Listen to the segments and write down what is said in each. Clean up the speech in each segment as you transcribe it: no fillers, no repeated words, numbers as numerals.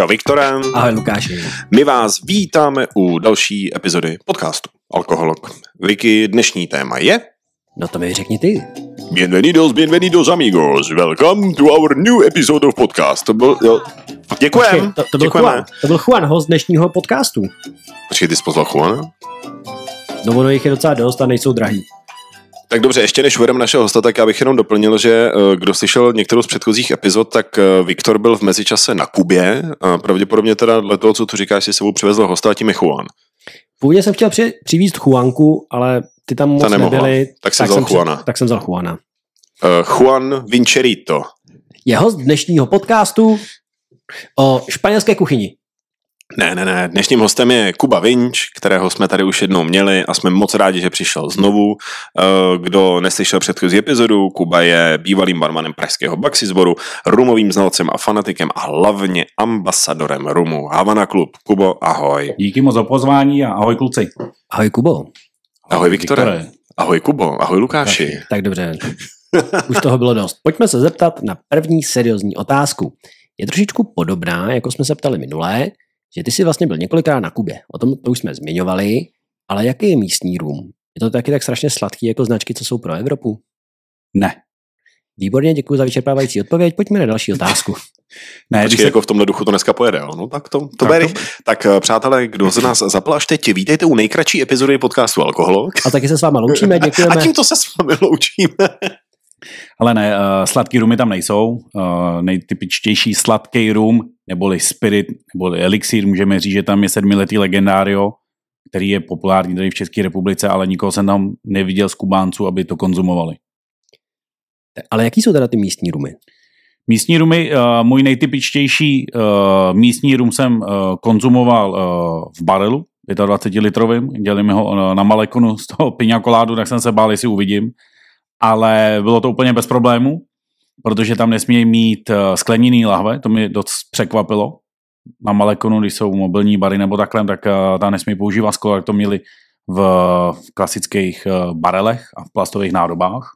Viktore. Ahoj Lukáši. My vás vítáme u další epizody podcastu Alkoholok. Vicky, dnešní téma je... No to mi řekni ty. Bienvenidos amigos. Welcome to our new episode of podcast. To byl, jo. Děkujem. To byl Juan, host dnešního podcastu. Počkej, ty jsi pozval Juana? No ono jich je docela dost a nejsou drahý. Tak dobře, ještě než uvedeme našeho hosta, tak já bych jenom doplnil, že kdo slyšel některou z předchozích epizod, tak Viktor byl v mezičase na Kubě a pravděpodobně teda dle toho, co tu říkáš, si sebou přivezl hosta a tím je Juan. Původně jsem chtěl přivízt Juanku, ale ty tam moc nebyli. Tak jsem vzal Juana. Tak jsem vzal Juana. Juan Vincherito. Je host dnešního podcastu o španělské kuchyni. Ne. Dnešním hostem je Kuba Vinč, kterého jsme tady už jednou měli a jsme moc rádi, že přišel znovu. Kdo neslyšel předchozí epizodu, Kuba je bývalým barmanem pražského Baxi sboru, rumovým znalcem a fanatikem a hlavně ambasadorem rumu Havana Club. Kubo, ahoj. Díky moc za pozvání a ahoj kluci. Ahoj Kubo. Ahoj Viktore. Ahoj Kubo, ahoj Lukáši. Tak dobře, už toho bylo dost. Pojďme se zeptat na první seriózní otázku. Je trošičku podobná, jako jsme se ptali minulé, že ty jsi vlastně byl několikrát na Kubě. O tom to už jsme zmiňovali, ale jaký je místní rum? Je to taky tak strašně sladký jako značky, co jsou pro Evropu? Ne. Výborně, děkuji za vyčerpávající odpověď. Pojďme na další otázku. Ne, počkej, jako v tomhle duchu to dneska pojede, jo? No tak to bery. Tak přátelé, kdo z nás zapl až teď, vítejte u nejkratší epizody podcastu Alkoholok. A taky se s váma loučíme, děkujeme. A tímto se s vámi loučíme. Ale ne, sladký rumy tam nejsou. Nejtypičtější sladký rum, neboli spirit, neboli elixír, můžeme říct, že tam je 7letý legendário, který je populární tady v České republice, ale nikoho jsem tam neviděl z Kubánců, aby to konzumovali. Ale jaký jsou teda ty místní rumy? Místní rumy, můj nejtypičtější místní rum jsem konzumoval v barelu, 25-litrovým, dělím ho na Malekonu z toho piña coládu, tak jsem se bál, jestli uvidím. Ale bylo to úplně bez problémů, protože tam nesmějí mít skleněný lahve, to mě dost překvapilo. Na Malekonu, když jsou mobilní bary nebo takhle, tak tam nesmějí používat sklo, jak to měli v klasických barelech a v plastových nádobách.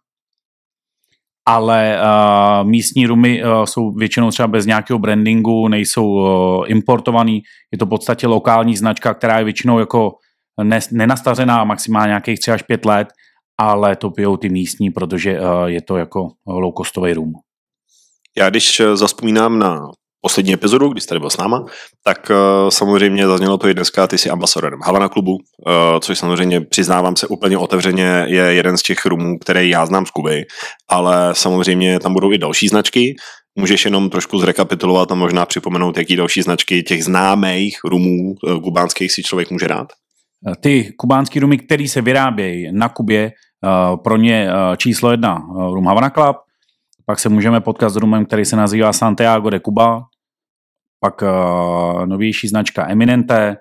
Ale místní rumy jsou většinou třeba bez nějakého brandingu, nejsou importovaný, je to v podstatě lokální značka, která je většinou jako nenastařená, maximálně nějakých 3 až 5 let, ale to pijou ty místní, protože je to jako low-costový rum. Já když zavzpomínám na poslední epizodu, když tady byl s náma, tak samozřejmě zaznělo to i dneska, ty jsi ambasadorem Havana Clubu, což samozřejmě přiznávám se úplně otevřeně, je jeden z těch rumů, který já znám z Kuby, ale samozřejmě tam budou i další značky. Můžeš jenom trošku zrekapitulovat a možná připomenout, jaký další značky těch známých rumů kubánských si člověk může dát? Ty kubánský rumy, které se vyrábějí na Kubě, pro ně číslo 1 rum Havana Club, pak se můžeme potkat s rumem, který se nazývá Santiago de Cuba, pak novější značka Eminente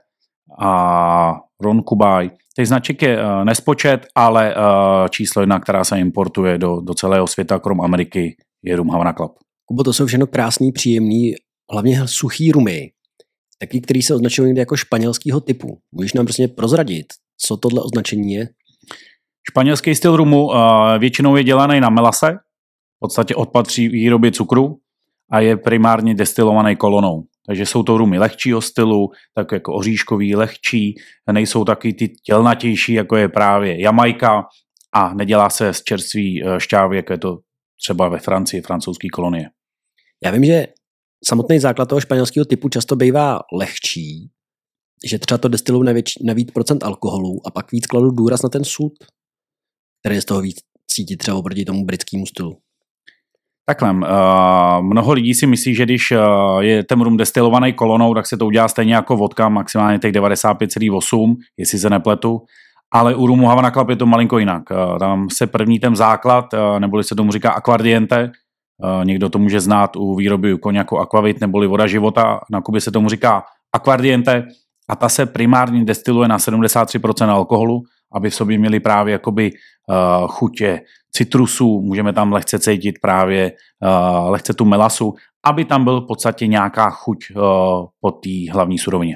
a Ron Kubaj. Těch značek je nespočet, ale číslo 1, která se importuje do celého světa, krom Ameriky, je rum Havana Club. Kubo, to jsou všechno krásný, příjemný, hlavně suchý rumy. Taky, který se označují někde jako španělského typu. Můžeš nám prostě prozradit, co tohle označení je? Španělský styl rumu většinou je dělaný na melase, v podstatě odpatří výrobě cukru a je primárně destilovaný kolonou. Takže jsou to rumy lehčího stylu, tak jako oříškový, lehčí, nejsou taky ty tělnatější, jako je právě Jamajka a nedělá se z čerství šťávy, jako je to třeba ve Francii, francouzské kolonie. Já vím, že samotný základ toho španělského typu často bývá lehčí, že třeba to destiluje na víc procent alkoholu a pak víc kladu důraz na ten sud, který je z toho víc cítit třeba oproti tomu britskému stylu. Takhle, mnoho lidí si myslí, že když je ten rum destilovaný kolonou, tak se to udělá stejně jako vodka, maximálně těch 95,8, jestli se nepletu, ale u rumu Havana Club je to malinko jinak. Tam se první ten základ, neboli se tomu říká aguardiente, někdo to může znát u výroby koněku Aquavit neboli voda života, na Kubě se tomu říká aguardiente a ta se primárně destiluje na 73% alkoholu, aby v sobě měli právě jakoby chutě citrusů, můžeme tam lehce cítit právě lehce tu melasu, aby tam byl v podstatě nějaká chuť po té hlavní surovině.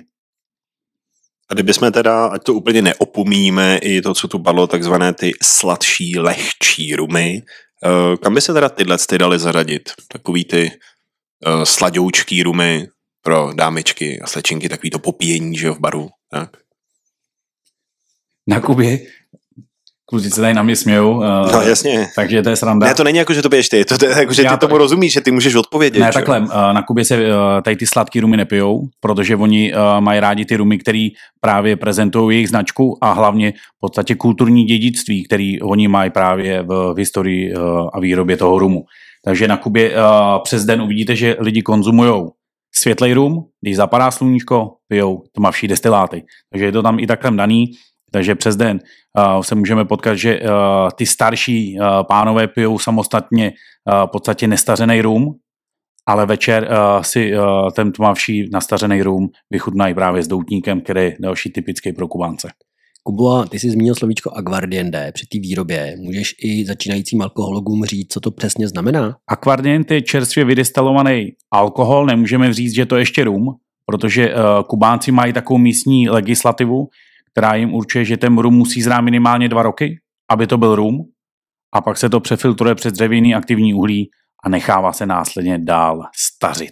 A kdybychom teda, ať to úplně neopomíme, i to, co tu padlo, takzvané ty sladší, lehčí rumy, kam by se teda tyhle dali zařadit? Takový ty sladoučký rumy, pro dámečky a slečinky, takový to popíjení, že jo, v baru, tak. Na Kubě kluci se tady na mě smějou. No jasně. Takže to je sranda. Ne, to není jako, že to piješ ty, to je jako, že ty tomu rozumíš, že ty můžeš odpovědět. Ne, takhle, na Kubě se tady ty sladký rumy nepijou, protože oni mají rádi ty rumy, který právě prezentují jejich značku a hlavně v podstatě kulturní dědictví, který oni mají právě v historii a výrobě toho rumu. Takže na Kubě přes den uvidíte, že lidi konzumujou světlej rum, když zapadá sluníčko, pijou tmavší destiláty. Takže je to tam i takhle daný. Takže přes den se můžeme potkat, že ty starší pánové pijou samostatně v podstatě nestařený rum, ale večer si ten tmavší nastařený rum vychutnají právě s doutníkem, který je další typický pro Kubánce. Kubo, ty jsi zmínil slovíčko aguardiente při té výrobě. Můžeš i začínajícím alkohologům říct, co to přesně znamená? Aguardiente je čerstvě vydestilovaný alkohol, nemůžeme říct, že to je ještě rum, protože Kubánci mají takovou místní legislativu, která jim určuje, že ten rum musí zrát minimálně 2 roky, aby to byl rum, a pak se to přefiltruje přes dřevěný aktivní uhlí a nechává se následně dál stařit.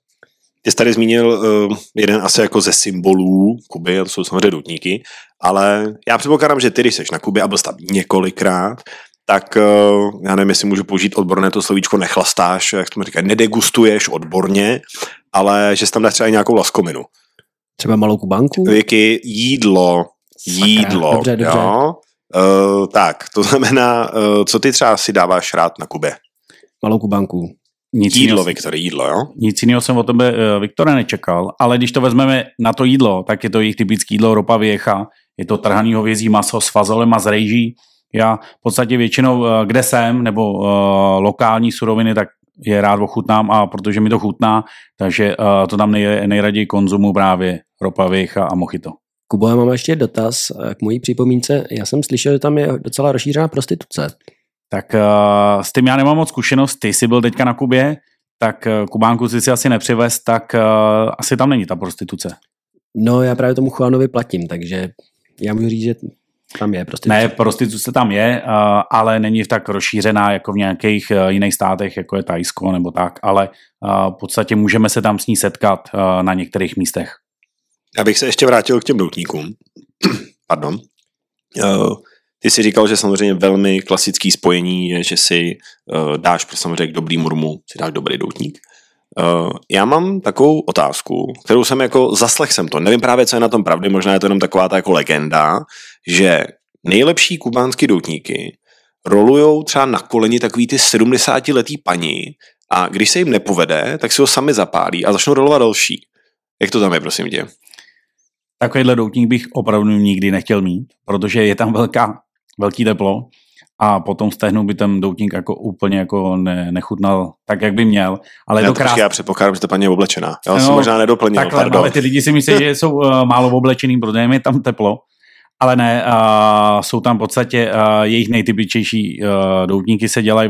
Ty jsi tady zmínil jeden asi jako ze symbolů Kuby, a to jsou samozřejmě doutníky, ale já předpokládám, že ty, když jsi na Kubě a byl jsi tam několikrát, tak já nevím, jestli můžu použít odborné to slovíčko nechlastáš, jak to říká, nedegustuješ odborně, ale že jsi tam dáš třeba nějakou laskominu. Třeba malou kubánku? Věky, jídlo. Dobře. Jo? Tak, to znamená, co ty třeba si dáváš rád na Kubě? Malou kubánku. Jídlo, Viktor, jídlo, jo? Nic jiného jsem od tebe, Viktore, nečekal, ale když to vezmeme na to jídlo, tak je to jejich typické jídlo, ropa viecha, je to trhaný hovězí maso s fazolem a z rejží. Já v podstatě většinou, kde jsem, nebo lokální suroviny, tak je rád ochutnám, a protože mi to chutná, takže to tam nejraději konzumu právě ropa viecha a mojito. Kubo, já mám ještě dotaz k mojí připomínce. Já jsem slyšel, že tam je docela rozšířená prostituce. Tak s tím já nemám moc zkušenost. Ty jsi byl teďka na Kubě, tak Kubánku si asi nepřivez, tak asi tam není ta prostituce. No, já právě tomu Juanovi platím, takže já můžu říct, že tam je prostituce. Ne, prostituce tam je, ale není tak rozšířená jako v nějakých jiných státech, jako je Thajsko nebo tak, ale v podstatě můžeme se tam s ní setkat na některých místech. Abych se ještě vrátil k těm doutníkům. Pardon. Ty jsi říkal, že samozřejmě velmi klasický spojení je, že si dáš samozřejmě k dobrýmu rumu, si dáš dobrý doutník. Já mám takovou otázku, kterou jsem jako zaslechl jsem to. Nevím právě, co je na tom pravdy, možná je to jenom taková ta jako legenda, že nejlepší kubánský doutníky rolujou třeba na koleni takový ty 70letý paní a když se jim nepovede, tak si ho sami zapálí a začnou rolovat další. Jak to tam je, prosím tě? Takovýhle doutník bych opravdu nikdy nechtěl mít, protože je tam velký teplo a potom stehnu by ten doutník jako úplně jako nechutnal tak, jak by měl. Ale já předpokládám, že ta paní je oblečená. Já jsem možná nedoplnil. Takhle, ale ty lidi si myslí, že jsou málo oblečený, protože je tam teplo. Ale ne, jsou tam v podstatě jejich nejtypičtější doutníky se dělají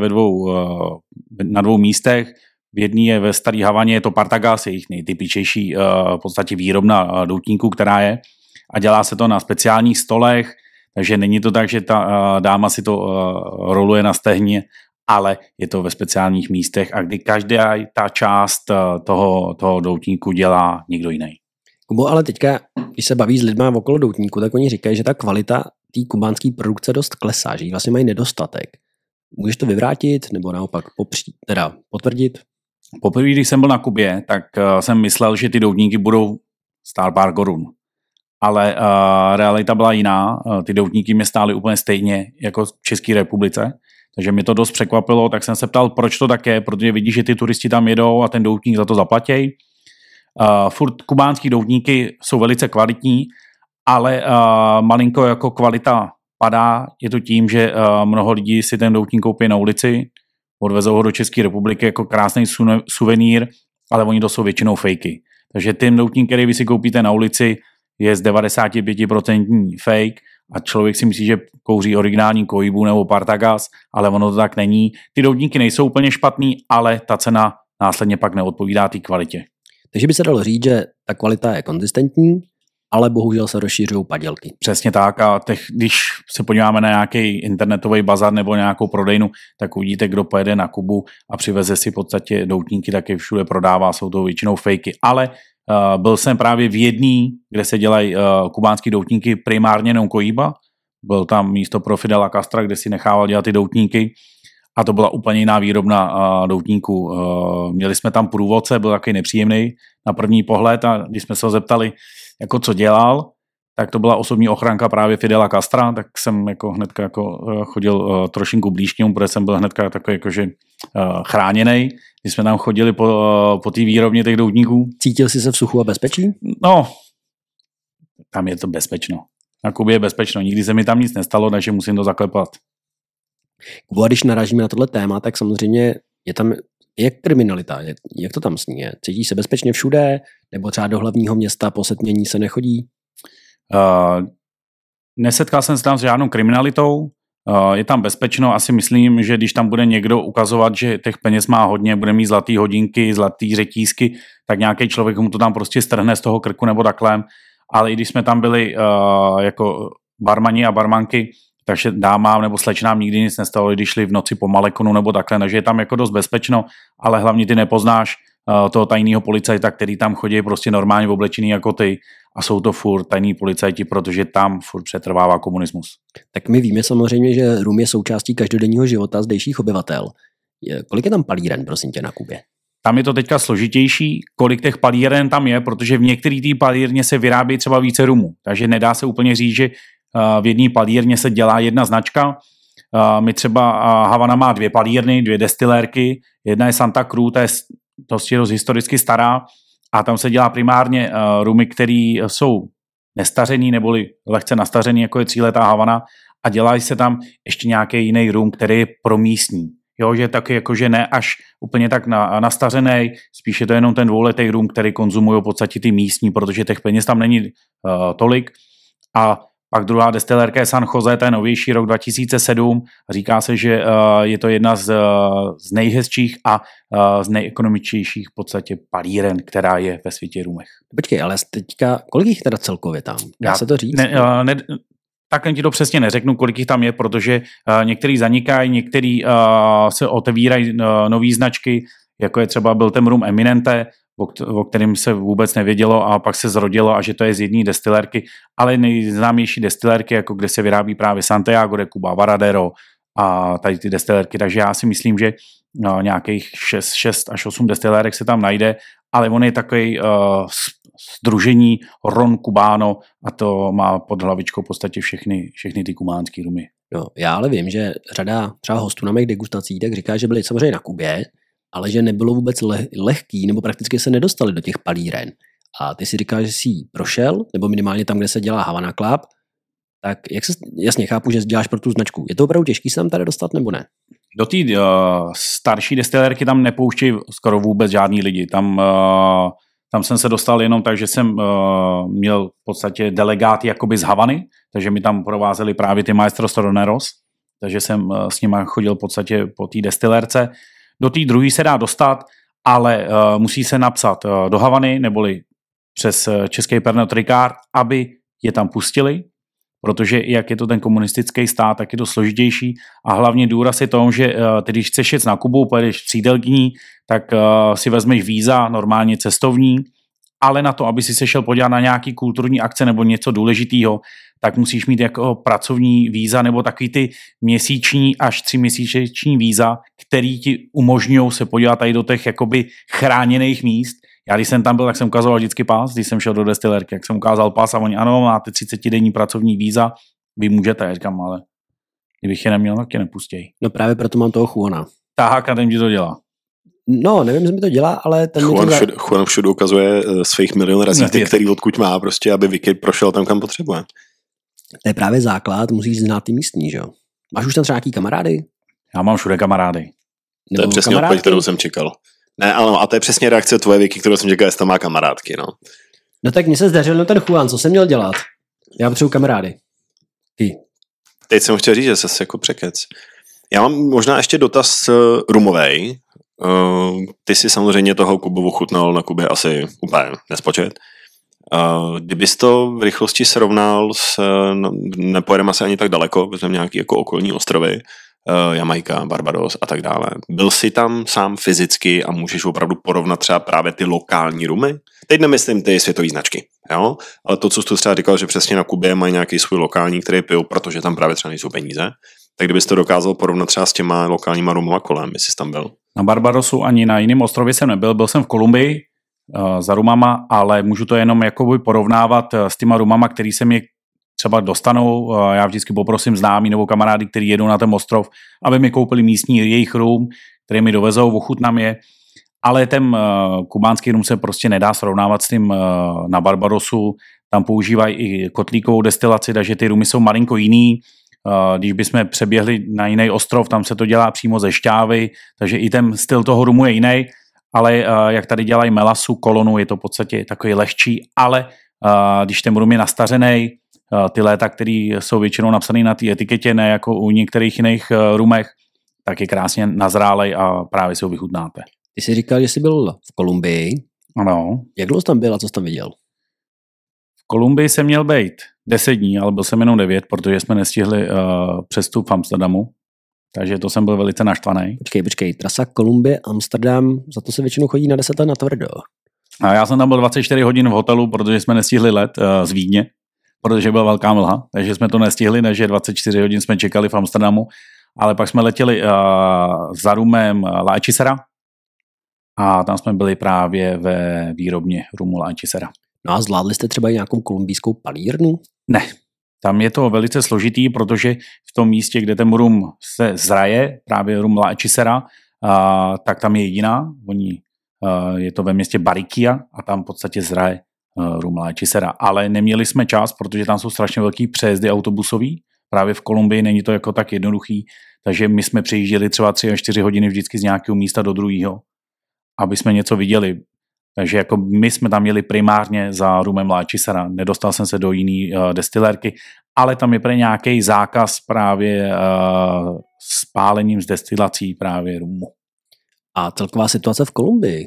na 2 místech. V jedné je ve Staré Havaně, je to Partagas, jejich nejtypičtější v podstatě výrobna doutníků, která je. A dělá se to na speciálních stolech, takže není to tak, že ta dáma si to roluje na stehně, ale je to ve speciálních místech a kdy každá ta část toho doutníku dělá někdo jiný. Kubo, ale teďka, když se baví s lidmi okolo doutníku, tak oni říkají, že ta kvalita té kubánské produkce dost klesá, že jí vlastně mají nedostatek. Můžeš to vyvrátit nebo naopak potvrdit? Poprvé, když jsem byl na Kubě, tak jsem myslel, že ty doutníky budou stát pár korun. Ale realita byla jiná. Ty doutníky mě stály úplně stejně jako v České republice. Takže mě to dost překvapilo, tak jsem se ptal, proč to tak je, protože vidíš, že ty turisti tam jedou a ten doutník za to zaplatí. Furt kubánský doutníky jsou velice kvalitní, ale malinko jako kvalita padá. Je to tím, že mnoho lidí si ten doutník koupí na ulici, odvezou ho do České republiky jako krásný suvenýr, ale oni to jsou většinou fejky. Takže ten doutník, který vy si koupíte na ulici, je z 95% fake a člověk si myslí, že kouří originální Koibu nebo Partagas, ale ono to tak není. Ty doutníky nejsou úplně špatný, ale ta cena následně pak neodpovídá té kvalitě. Takže by se dalo říct, že ta kvalita je konzistentní, ale bohužel se rozšířují padělky. Přesně tak a když se podíváme na nějaký internetový bazar nebo nějakou prodejnu, tak uvidíte, kdo pojede na Kubu a přiveze si v podstatě doutníky, taky všude prodává, jsou to většinou fejky, ale Byl jsem právě v jedný, kde se dělají kubánský doutníky, primárně jenom Cohiba. Byl tam místo pro Fidela Castra, kde si nechával dělat ty doutníky. A to byla úplně jiná výrobna doutníků. Měli jsme tam průvodce, byl takový nepříjemný na první pohled a když jsme se ho zeptali, jako co dělal, tak to byla osobní ochranka právě Fidela Castra, tak jsem jako hnedka jako chodil trošinku blíž k němu, protože jsem byl hnedka takový jakože chráněnej, když jsme tam chodili po té výrobně těch doutníků. Cítil jsi se v suchu a bezpečí? No, tam je to bezpečno. Na Kubě je bezpečno, nikdy se mi tam nic nestalo, takže musím to zaklepat. A když narážíme na tohle téma, tak samozřejmě je tam kriminalita. Jak to tam s ní je? Cítíš se bezpečně všude? Nebo třeba do hlavního města po setmění se nechodí? Nesetkal jsem se tam s žádnou kriminalitou. Je tam bezpečno. Asi myslím, že když tam bude někdo ukazovat, že těch peněz má hodně, bude mít zlatý hodinky, zlatý řetízky, tak nějaký člověk mu to tam prostě strhne z toho krku nebo takhle. Ale i když jsme tam byli jako barmani a barmanky, takže dámám nebo slečnám nikdy nic nestalo, když šli v noci po Malekonu nebo takhle, takže je tam jako dost bezpečno, ale hlavně ty nepoznáš toho tajného policajta, který tam chodí prostě normálně oblečený jako ty a jsou to furt tajní policajti, protože tam furt přetrvává komunismus. Tak my víme samozřejmě, že rum je součástí každodenního života zdejších obyvatel. Kolik je tam palíren, prosím tě, na Kubě? Tam je to teďka složitější, kolik těch palíren tam je, protože v některé té palírně se vyrábí třeba více rumu, takže nedá se úplně říct, že v jedné palírně se dělá jedna značka. My třeba Havana má 2 palírny, 2 destilérky. Jedna je Santa Cruz, to je dost historicky stará a tam se dělá primárně rumy, které jsou nestařený neboli lehce nastařený, jako je 3letá Havana a dělají se tam ještě nějaký jiný rum, který je pro místní. Jo, že taky jakože ne až úplně tak nastařený, spíš je to jenom ten 2letý rum, který konzumují v podstatě ty místní, protože těch peněz tam není tolik. A pak druhá destilérka je San Jose, to je novější, rok 2007. Říká se, že je to jedna z nejhezčích a z nejekonomičtějších v podstatě palíren, která je ve světě rumech. Počkej, ale teďka, kolik jich teda celkově tam? Dá se to říct? Takhle ti to přesně neřeknu, kolik jich tam je, protože některý zanikají, některý se otevírají nový značky, jako je třeba byl ten rum Eminente, o kterém se vůbec nevědělo a pak se zrodilo a že to je z jedné destilérky, ale nejznámější destilérky, jako kde se vyrábí právě Santiago de Cuba, Varadero a tady ty destilérky, takže já si myslím, že nějakých 6 až 8 destilérek se tam najde, ale on je takový sdružení Ron Cubano a to má pod hlavičkou v podstatě všechny ty kubánský rumy. No, já ale vím, že řada třeba hostů na mých degustacích tak říká, že byli samozřejmě na Kubě, ale že nebylo vůbec lehký, nebo prakticky se nedostali do těch palíren. A ty si říkáš, že jsi prošel, nebo minimálně tam, kde se dělá Havana Club, tak jasně chápu, že děláš pro tu značku. Je to opravdu těžký se tam tady dostat, nebo ne? Do té starší destilérky tam nepouštějí skoro vůbec žádný lidi. Tam jsem se dostal jenom tak, že jsem měl v podstatě delegáty jakoby z Havany, takže mi tam provázeli právě ty Maestros Torneros, takže jsem s nima chodil v podstatě po té destilérce. Do té druhé se dá dostat, ale musí se napsat do Havany, neboli přes český Pernod Ricard, aby je tam pustili, protože jak je to ten komunistický stát, tak je to složitější a hlavně důraz je tom, že ty, když chceš jet na Kubu, pojedeš třídelní, tak si vezmeš víza, normálně cestovní, ale na to, aby si se šel podívat na nějaký kulturní akce nebo něco důležitého, tak musíš mít jako pracovní víza nebo takový ty měsíční až 3měsíční víza, který ti umožňují se podívat tady do těch jakoby chráněných míst. Já když jsem tam byl, tak jsem ukazoval vždycky pás, když jsem šel do destilérky, jak jsem ukázal pás a oni, ano, máte 30denní pracovní víza, vy můžete, já říkám, ale kdybych je neměl, tak je nepustěj. No právě proto mám toho Juana. Tahák a ten ti to dělá. No, nevím, jestli mi to dělá, ale ten Juan všude ukazuje svých milion razítek, který odkud má prostě, aby Vicky prošel tam, kam potřebuje. To je právě základ, musíš znát ty místní, že jo? Máš už tam třeba nějaký kamarády? Já mám všude kamarády. To je přesně odpověď, kterou jsem čekal. Ne, ano, a to je přesně reakce tvoje, Vicky, kterou jsem čekal, jestli tam má kamarádky, no. No tak mně se zdařil no ten Juan, co jsem měl dělat? Já potřebuji kamarády. Ty. Teď jsem chtěl říct, že jsi jako překec. Já mám možná ještě dotaz rumovej. Ty si samozřejmě toho Kubu ochutnal na Kubě asi úplně nespočet. Kdybys to v rychlosti srovnal s, nepojedeme asi ani tak daleko, vezmeme nějaký jako okolní ostrovy, Jamaika, Barbados a tak dále. Byl jsi tam sám fyzicky a můžeš opravdu porovnat třeba právě ty lokální rumy? Teď nemyslím ty světové značky, jo? Ale to, co jsi tu třeba říkal, že přesně na Kubě mají nějaký svůj lokální, který pijou, protože tam právě třeba nejsou peníze. Tak kdybys to dokázal porovnat třeba s těma lokálníma rumama kolem, jestli jsi tam byl? Na Barbadosu ani na jiném ostrově jsem nebyl, byl jsem v Kolumbii za rumama, ale můžu to jenom jakoby porovnávat s těma rumama, který se mi třeba dostanou. Já vždycky poprosím známý nebo kamarády, kteří jedou na ten ostrov, aby mi koupili místní jejich rum, který mi dovezou, ochutnám je. Ale ten kubánský rum se prostě nedá srovnávat s tím na Barbadosu. Tam používají i kotlíkovou destilaci, takže ty rumy jsou malinko jiný. Když bychom přeběhli na jiný ostrov, tam se to dělá přímo ze šťávy, takže i ten styl toho rumu je jiný, ale jak tady dělají melasu, kolonu, je to v podstatě takový lehčí, ale když ten rum je nastařený, ty léta, které jsou většinou napsané na té etiketě, ne jako u některých jiných rumech, tak je krásně nazrálej a právě si ho vychutnáte. Ty jsi říkal, že jsi byl v Kolumbii. Ano. Jak dlouho jsi tam byl a co jsi tam viděl? V Kolumbii jsem měl být 10 dní, ale byl jsem jenom 9, protože jsme nestihli přestup v Amsterdamu. Takže to jsem byl velice naštvaný. Počkej, trasa Kolumbie, Amsterdam, za to se většinou chodí na 10 let na tvrdo. A já jsem tam byl 24 hodin v hotelu, protože jsme nestihli let z Vídně, protože byla velká mlha, takže jsme to nestihli, takže 24 hodin jsme čekali v Amsterdamu, ale pak jsme letěli za rumem La Hechicera a tam jsme byli právě ve výrobně rumu La Hechicera. No a zvládli jste třeba i nějakou kolumbijskou palírnu? Ne, tam je to velice složitý, protože v tom místě, kde ten rum se zraje, právě rum La Hechicera, tak tam je jediná, je to ve městě Barranquilla a tam v podstatě zraje rum La Hechicera. Ale neměli jsme čas, protože tam jsou strašně velký přejezdy autobusový, právě v Kolumbii není to jako tak jednoduchý, takže my jsme přejížděli třeba 3 až 4 hodiny vždycky z nějakého místa do druhého, aby jsme něco viděli. Takže jako my jsme tam měli primárně za rumem La Hechicera. Nedostal jsem se do jiné destilérky, ale tam je pro nějaký zákaz právě s pálením z destilací právě rumu. A celková situace v Kolumbii?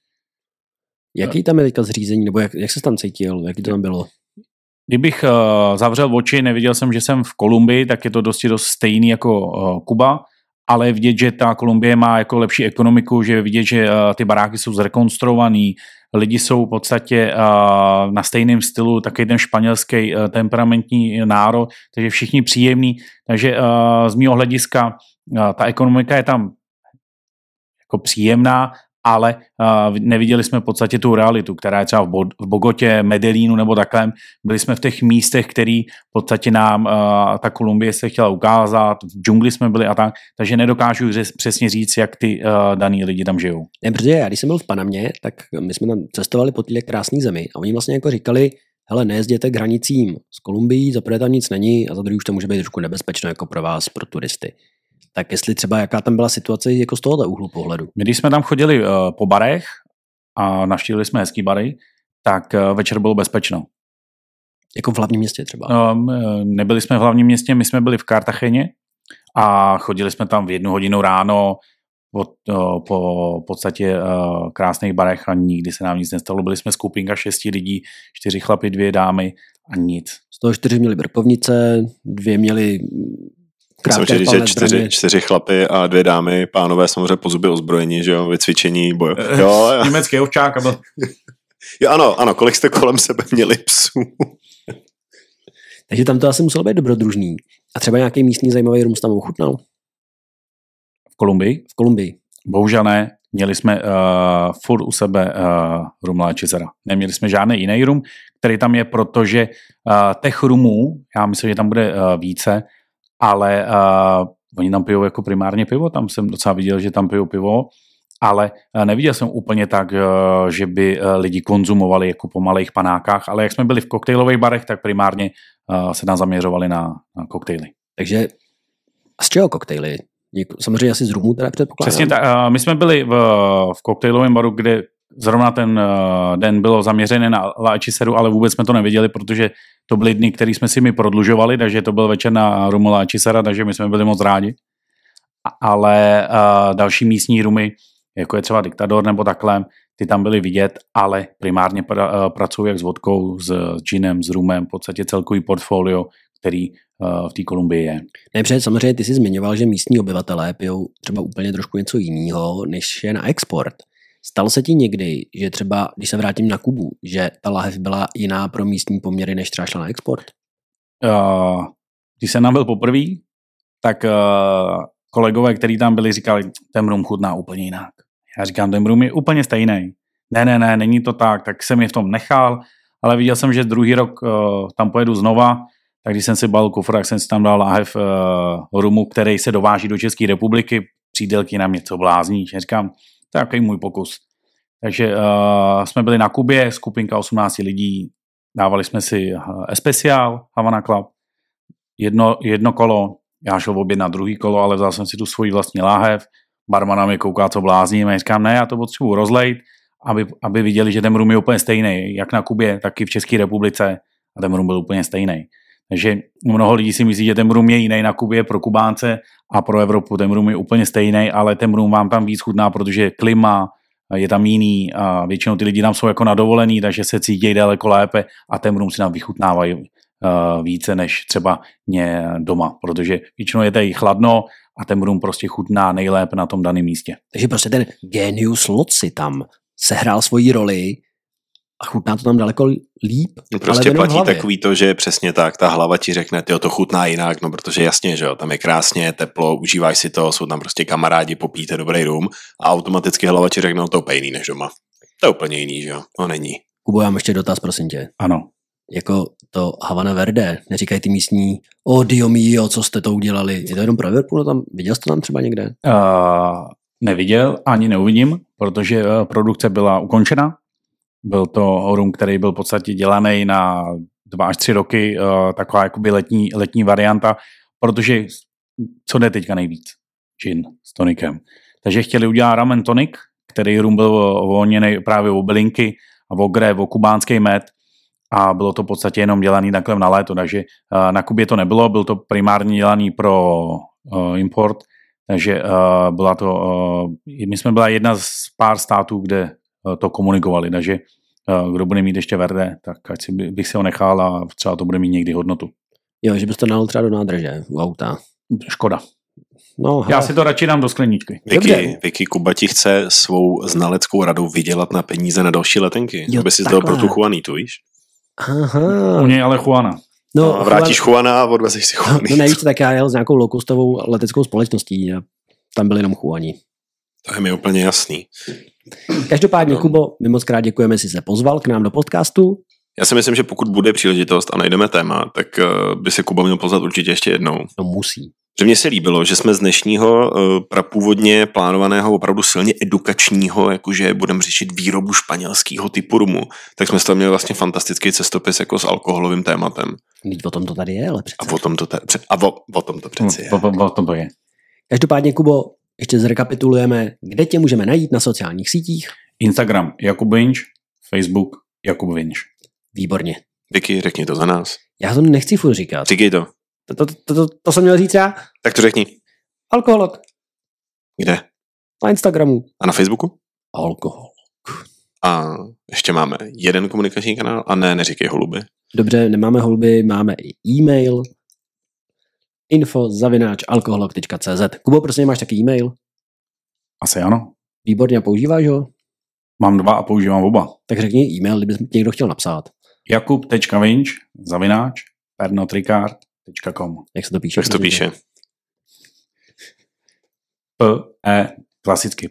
Jaký tam je teďka zřízení, nebo jak se tam cítil, jaký to tam bylo? Kdybych zavřel oči, neviděl jsem, že jsem v Kolumbii, tak je to dost stejný jako Kuba, ale je vidět, že ta Kolumbie má jako lepší ekonomiku, že je vidět, že ty baráky jsou zrekonstruovaný, lidi jsou v podstatě na stejném stylu, taky ten španělský temperamentní národ, takže všichni příjemní, takže z mého hlediska ta ekonomika je tam jako příjemná, ale neviděli jsme v podstatě tu realitu, která je třeba v Bogotě, Medellínu nebo takhle. Byli jsme v těch místech, který v podstatě nám ta Kolumbie se chtěla ukázat, v džungli jsme byli a tak, takže nedokážu přesně říct, jak ty daný lidi tam žijou. Ne, protože já, když jsem byl v Panamě, tak my jsme tam cestovali po této krásné zemi a oni vlastně jako říkali, hele, nejezděte k hranicím s Kolumbií, za prvé tam nic není a za druhé už to může být trošku nebezpečné jako pro vás, pro turisty. Tak jestli třeba jaká tam byla situace jako z tohoto úhlu pohledu? My když jsme tam chodili po barech a navštívili jsme hezký bary, tak večer bylo bezpečno. Jako v hlavním městě třeba? Nebyli jsme v hlavním městě, my jsme byli v Cartageně a chodili jsme tam v 1 hodinu ráno po podstatě krásných barech a nikdy se nám nic nestalo. Byli jsme skupinka 6 lidí, 4 chlapi, 2 dámy a nic. Z toho 4 měli brkovnice, 2 měli krátké palné zbraně. 4 chlapy a 2 dámy, pánové samozřejmě po zuby ozbrojení, že jo, vycvičení, boj. Jo. Německý ovčák. Jo, ano, kolik jste kolem sebe měli psů? Takže tam to asi muselo být dobrodružný. A třeba nějaký místní zajímavý rum tam ochutnal? V Kolumbii? V Kolumbii. Bohužel ne. Měli jsme furt u sebe rum La Hechicera. Neměli jsme žádný jiný rum, který tam je, protože těch rumů, já myslím, že tam bude více, ale oni tam pijou jako primárně pivo, tam jsem docela viděl, že tam pijou pivo, ale neviděl jsem úplně tak, že by lidi konzumovali jako po malých panákách, ale jak jsme byli v koktejlových barech, tak primárně se tam zaměřovali na koktejly. Takže a z čeho koktejly? Samozřejmě asi z rumu teda předpokládám. Přesně tak, my jsme byli v koktejlovém baru, kde zrovna ten den bylo zaměřené na La Hechiceru, ale vůbec jsme to nevěděli, protože to byly dny, které jsme si my prodlužovali, takže to byl večer na rumu La Hechicera, takže my jsme byli moc rádi. Ale další místní rumy, jako je třeba Diktador nebo takhle, ty tam byly vidět, ale primárně pracují jak s vodkou, s ginem, s rumem, v podstatě celkový portfolio, který v té Kolumbii je. Nepřed, samozřejmě ty jsi zmiňoval, že místní obyvatelé pijou třeba úplně trošku něco jiného, než je na export. Stalo se ti někdy, že třeba, když se vrátím na Kubu, že ta lahev byla jiná pro místní poměry, než třeba šla na export? Když jsem tam byl poprvé, tak kolegové, kteří tam byli, říkali, ten rum chutná úplně jinak. Já říkám, ten rum je úplně stejný. Ne, není to tak jsem je v tom nechal, ale viděl jsem, že druhý rok tam pojedu znova, tak když jsem si balil kufr, tak jsem si tam dal láhev rumu, který se dováží do České republiky, přídelky na mě, co blázní. Já říkám, to je takový můj pokus. Takže jsme byli na Kubě, skupinka 18 lidí, dávali jsme si Especial, Havana Club, jedno kolo, já šel objednat druhý kolo, ale vzal jsem si tu svoji vlastní láhev, barman na mě kouká, co blázním, a říkám, ne, já to potřebuji rozlejt, aby viděli, že ten rum je úplně stejný, jak na Kubě, tak i v České republice, a ten rum byl úplně stejný. Takže mnoho lidí si myslí, že ten rum je jiný na Kubě pro Kubánce a pro Evropu ten rum je úplně stejný, ale ten rum vám tam víc chutná, protože klima je tam jiný a většinou ty lidi tam jsou jako na dovolený, takže se cítí daleko lépe a ten rum si nám vychutnávají více než třeba doma, protože většinou je tady chladno a ten rum prostě chutná nejlépe na tom daném místě. Takže prostě ten genius loci tam sehrál svoji roli a chutná to tam daleko líp. Prostě ale platí takový to, že přesně tak, ta hlava ti řekne, tyjo, to chutná jinak, no protože jasně, že jo, tam je krásně, teplo, užíváš si to, jsou tam prostě kamarádi, popíte dobrý rum a automaticky hlava ti řekne, no to je úplně jiný než doma. To je úplně jiný, že jo, no není. Kubo, já mám ještě dotaz, prosím tě. Ano. Jako to Havana Verde, neříkají ty místní, Dio mio, co jste to udělali, je to jenom pro Evropu, no tam, viděl jsi to tam třeba někde? Neviděl, ani neuvidím, protože produkce byla ukončena. Byl to rum, který byl v podstatě dělaný na 2 až 3 roky, taková jakoby letní varianta, protože co jde teďka nejvíc? Gin s tonikem. Takže chtěli udělat rum and tonic, který rum byl uvolněný právě o bylinky a o gré, o kubánský med a bylo to v podstatě jenom dělaný takhle na léto, takže na Kubě to nebylo, byl to primárně dělaný pro import, takže byla to, my jsme byla jedna z pár států, kde to komunikovali, takže kdo bude mít ještě Verde, tak bych si ho nechal a třeba to bude mít někdy hodnotu. Jo, že bys to nalil třeba do nádrže u auta. Škoda. No, já si to radši dám do skleničky. Vicky, Kuba ti chce svou znaleckou radou vydělat na peníze na další letenky, jo, aby si dal pro tu Juanitu, víš? Aha. U něj ale Juana. No, a vrátíš Juana a odvezeš si Juanitu. No nevíš, tak já jel s nějakou low-costovou leteckou společností a tam byli jenom Juani. To je mi úplně jasný. Každopádně, Kubo, my moc krát děkujeme, že jsi se pozval k nám do podcastu. Já si myslím, že pokud bude příležitost a najdeme téma, tak by se Kuba měl pozvat určitě ještě jednou. No musí. Že mně se líbilo, že jsme z dnešního prapůvodně plánovaného opravdu silně edukačního, jakože budeme řešit výrobu španělského typu rumu, tak jsme z toho měli vlastně fantastický cestopis jako s alkoholovým tématem. Vždyť o tom to tady je, ale přece. A o tom to přeci je. O tom to je. Každopádně, Kubo, ještě zrekapitulujeme, kde tě můžeme najít na sociálních sítích. Instagram Jakub Vinč, Facebook Jakub Vinč. Výborně. Vicky, řekni to za nás. Já to nechci furt říkat. Říkej to. To jsem měl říct já? Tak to řekni. Alkoholok. Kde? Na Instagramu. A na Facebooku? Alkoholok. A ještě máme jeden komunikační kanál a neříkej holuby. Dobře, nemáme holuby, máme i e-mail info@alkoholok.cz. Kubo, prosím, máš taky e-mail? Asi ano. Výborně, používáš ho? Mám 2 a používám oba. Tak řekni e-mail, kdyby někdo chtěl napsat. jakub.vinč@pernotricard.com. Jak se to píše? Jak se to píše? klasicky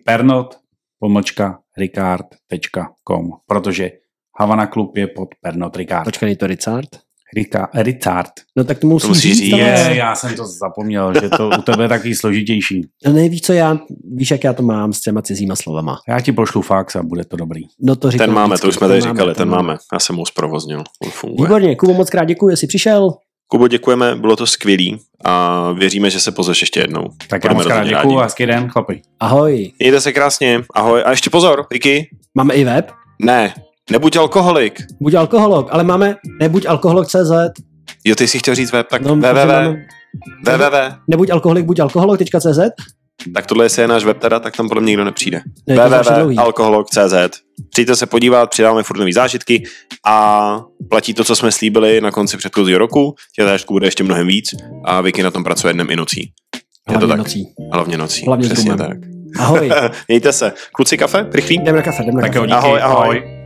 pernot_ricard.com, protože Havana Club je pod Pernod Ricard. Počkej, to Richard? Richard. No tak to musíš říct. Já jsem to zapomněl, že to u tebe je taky složitější. No nevíš, co já, víš, jak já to mám s těma cizíma slovama. Já ti pošlu fax a bude to dobrý. No to říkám ten máme, vždycky, to už jsme tady říkali, ten máme. Já jsem ho zprovoznil, on funguje. Výborně, Kubo, moc krát děkuji, že jsi přišel. Kubo, děkujeme, bylo to skvělý a věříme, že se pozveš ještě jednou. Tak já moc krát děkuji a hezký den, chlapi. Ahoj. Mějte se krásně, ahoj. A ještě pozor, Vicky. Máme i web? Ne, nebuď alkoholik. Buď alkoholok, ale máme nebuď alkoholok.cz. Jo, ty jsi chtěl říct web, tak no, www. Nebuď alkoholik, buď alkoholok.cz. Tak tohle, jestli je náš web teda, tak tam podle mě nikdo nepřijde. www.alkoholog.cz. Přijďte se podívat, přidáme furt nový zážitky a platí to, co jsme slíbili na konci předchozího roku. Těch zážitků bude ještě mnohem víc a Vicky na tom pracuje dnem i nocí. Hlavně nocí. Hlavně nocí. Hlavně přesně tak. Ahoj. Mějte se. Kluci, kafe? Rychlý? Jdeme na kafe. Tak jo, díky. Ahoj.